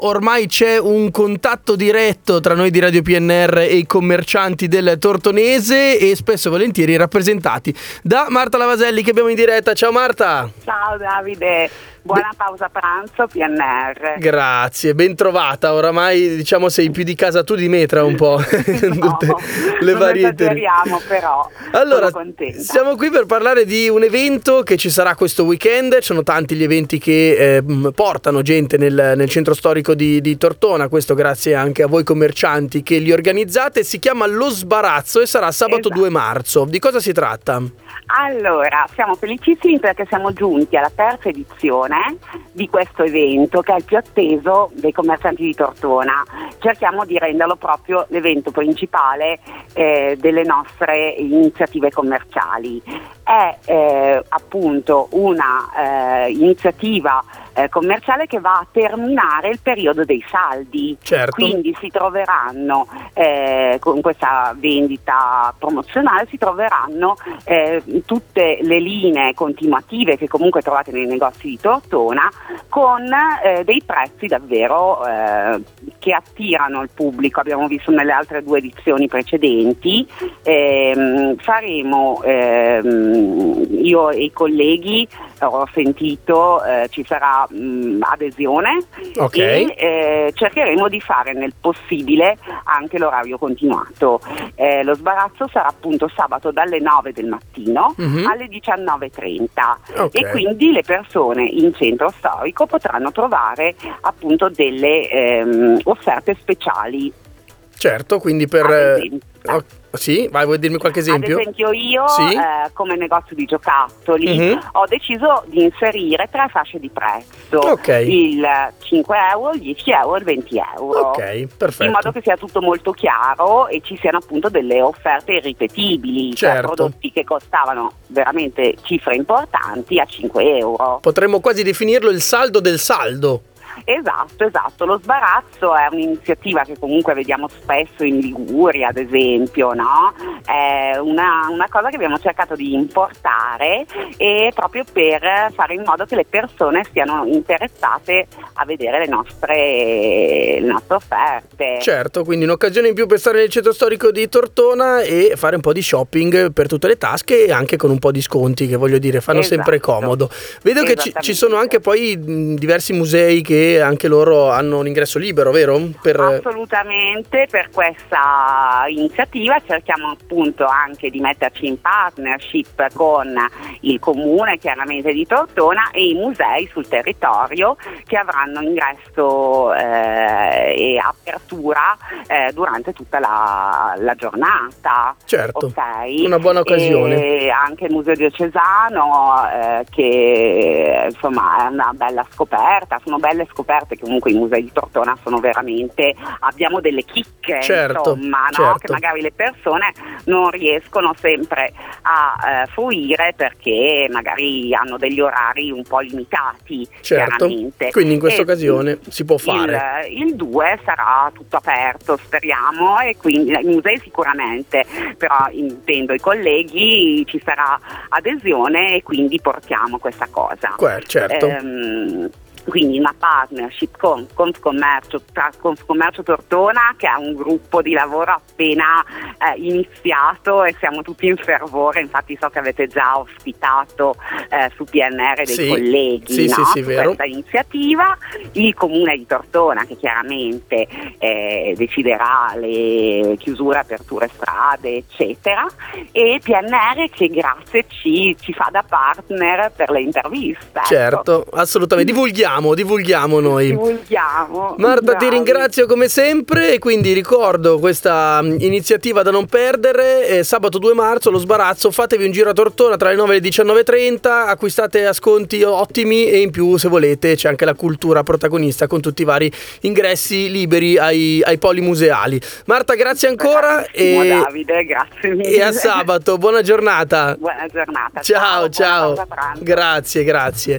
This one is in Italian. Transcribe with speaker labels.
Speaker 1: ormai c'è un contatto diretto tra noi di Radio PNR e i commercianti del Tortonese, e spesso e volentieri rappresentati da Marta Lavaselli, che abbiamo in diretta. Ciao Marta.
Speaker 2: Ciao Davide, buona pausa pranzo PNR.
Speaker 1: Grazie, ben trovata. Oramai diciamo sei più di casa tu di me tra un po'.
Speaker 2: No,
Speaker 1: le varie
Speaker 2: però
Speaker 1: allora,
Speaker 2: sono contenta.
Speaker 1: Siamo qui per parlare di un evento che ci sarà questo weekend. Ci sono tanti gli eventi che portano gente nel centro storico di Tortona, questo grazie anche a voi commercianti che li organizzate. Si chiama Lo Sbarazzo e sarà sabato 2 marzo. Di cosa si tratta?
Speaker 2: Allora, siamo felicissimi perché siamo giunti alla terza edizione di questo evento, che è il più atteso dei commercianti di Tortona. Cerchiamo di renderlo proprio l'evento principale delle nostre iniziative commerciali. È appunto una iniziativa commerciale che va a terminare il periodo dei saldi.
Speaker 1: Certo.
Speaker 2: Quindi si troveranno con questa vendita promozionale tutte le linee continuative che comunque trovate nei negozi di Tortona, con dei prezzi davvero che attirano il pubblico. Abbiamo visto nelle altre 2 edizioni precedenti. Faremo io e i colleghi, ho sentito, ci sarà adesione,
Speaker 1: okay.
Speaker 2: E cercheremo di fare nel possibile anche l'orario continuato. Lo sbarazzo sarà appunto sabato dalle 9 del mattino alle 19:30,
Speaker 1: okay.
Speaker 2: E quindi le persone in centro storico potranno trovare appunto delle offerte speciali.
Speaker 1: Certo, quindi sì, vai, vuoi dirmi qualche esempio?
Speaker 2: Ad esempio io,
Speaker 1: sì?
Speaker 2: Come negozio di giocattoli, ho deciso di inserire 3 fasce di prezzo,
Speaker 1: okay.
Speaker 2: Il 5 euro, il 10 euro e il 20 euro,
Speaker 1: ok, perfetto,
Speaker 2: in modo che sia tutto molto chiaro e ci siano appunto delle offerte irripetibili,
Speaker 1: certo.
Speaker 2: Cioè prodotti che costavano veramente cifre importanti a 5 euro.
Speaker 1: Potremmo quasi definirlo il saldo del saldo.
Speaker 2: Esatto. Lo sbarazzo è un'iniziativa che comunque vediamo spesso in Liguria, ad esempio, no? È una cosa che abbiamo cercato di importare, e proprio per fare in modo che le persone siano interessate a vedere le nostre offerte.
Speaker 1: Certo, quindi un'occasione in più per stare nel centro storico di Tortona e fare un po' di shopping per tutte le tasche, e anche con un po' di sconti, che voglio dire fanno sempre comodo. Vedo che ci sono anche poi diversi musei che anche loro hanno un ingresso libero, vero?
Speaker 2: Assolutamente, per questa iniziativa cerchiamo appunto anche di metterci in partnership con il comune chiaramente di Tortona e i musei sul territorio, che avranno ingresso e apertura durante tutta la giornata.
Speaker 1: Certo,
Speaker 2: okay?
Speaker 1: Una buona occasione.
Speaker 2: E anche il Museo Diocesano, che insomma è una bella scoperta, sono belle scoperte che comunque i musei di Tortona sono veramente, abbiamo delle chicche,
Speaker 1: certo,
Speaker 2: insomma, no?
Speaker 1: Certo.
Speaker 2: Che magari le persone non riescono sempre a fruire, perché magari hanno degli orari un po' limitati,
Speaker 1: certo.
Speaker 2: Chiaramente.
Speaker 1: Quindi in questa occasione si può fare.
Speaker 2: Il 2 sarà tutto aperto, speriamo, e quindi i musei sicuramente, però intendo i colleghi, ci sarà adesione e quindi portiamo questa cosa.
Speaker 1: Certo.
Speaker 2: Quindi una partnership con Confcommercio Tortona, che è un gruppo di lavoro appena iniziato, e siamo tutti in fervore. Infatti so che avete già ospitato su PNR dei colleghi su questa iniziativa. Il comune di Tortona, che chiaramente deciderà le chiusure, aperture strade, eccetera, e PNR che grazie ci fa da partner per le interviste.
Speaker 1: Certo, assolutamente. Divulghiamo noi.
Speaker 2: Divulghiamo.
Speaker 1: Marta,
Speaker 2: bravi.
Speaker 1: Ti ringrazio come sempre, e quindi ricordo questa iniziativa da non perdere. Sabato 2 marzo, Lo Sbarazzo. Fatevi un giro a Tortona tra le 9 e le 19:30, acquistate a sconti ottimi, e in più, se volete, c'è anche la cultura protagonista con tutti i vari ingressi liberi ai poli museali. Marta, grazie ancora.
Speaker 2: Davide, grazie mille.
Speaker 1: E a sabato, buona giornata.
Speaker 2: Buona giornata.
Speaker 1: Ciao.
Speaker 2: Buona pausa pranzo.
Speaker 1: Grazie.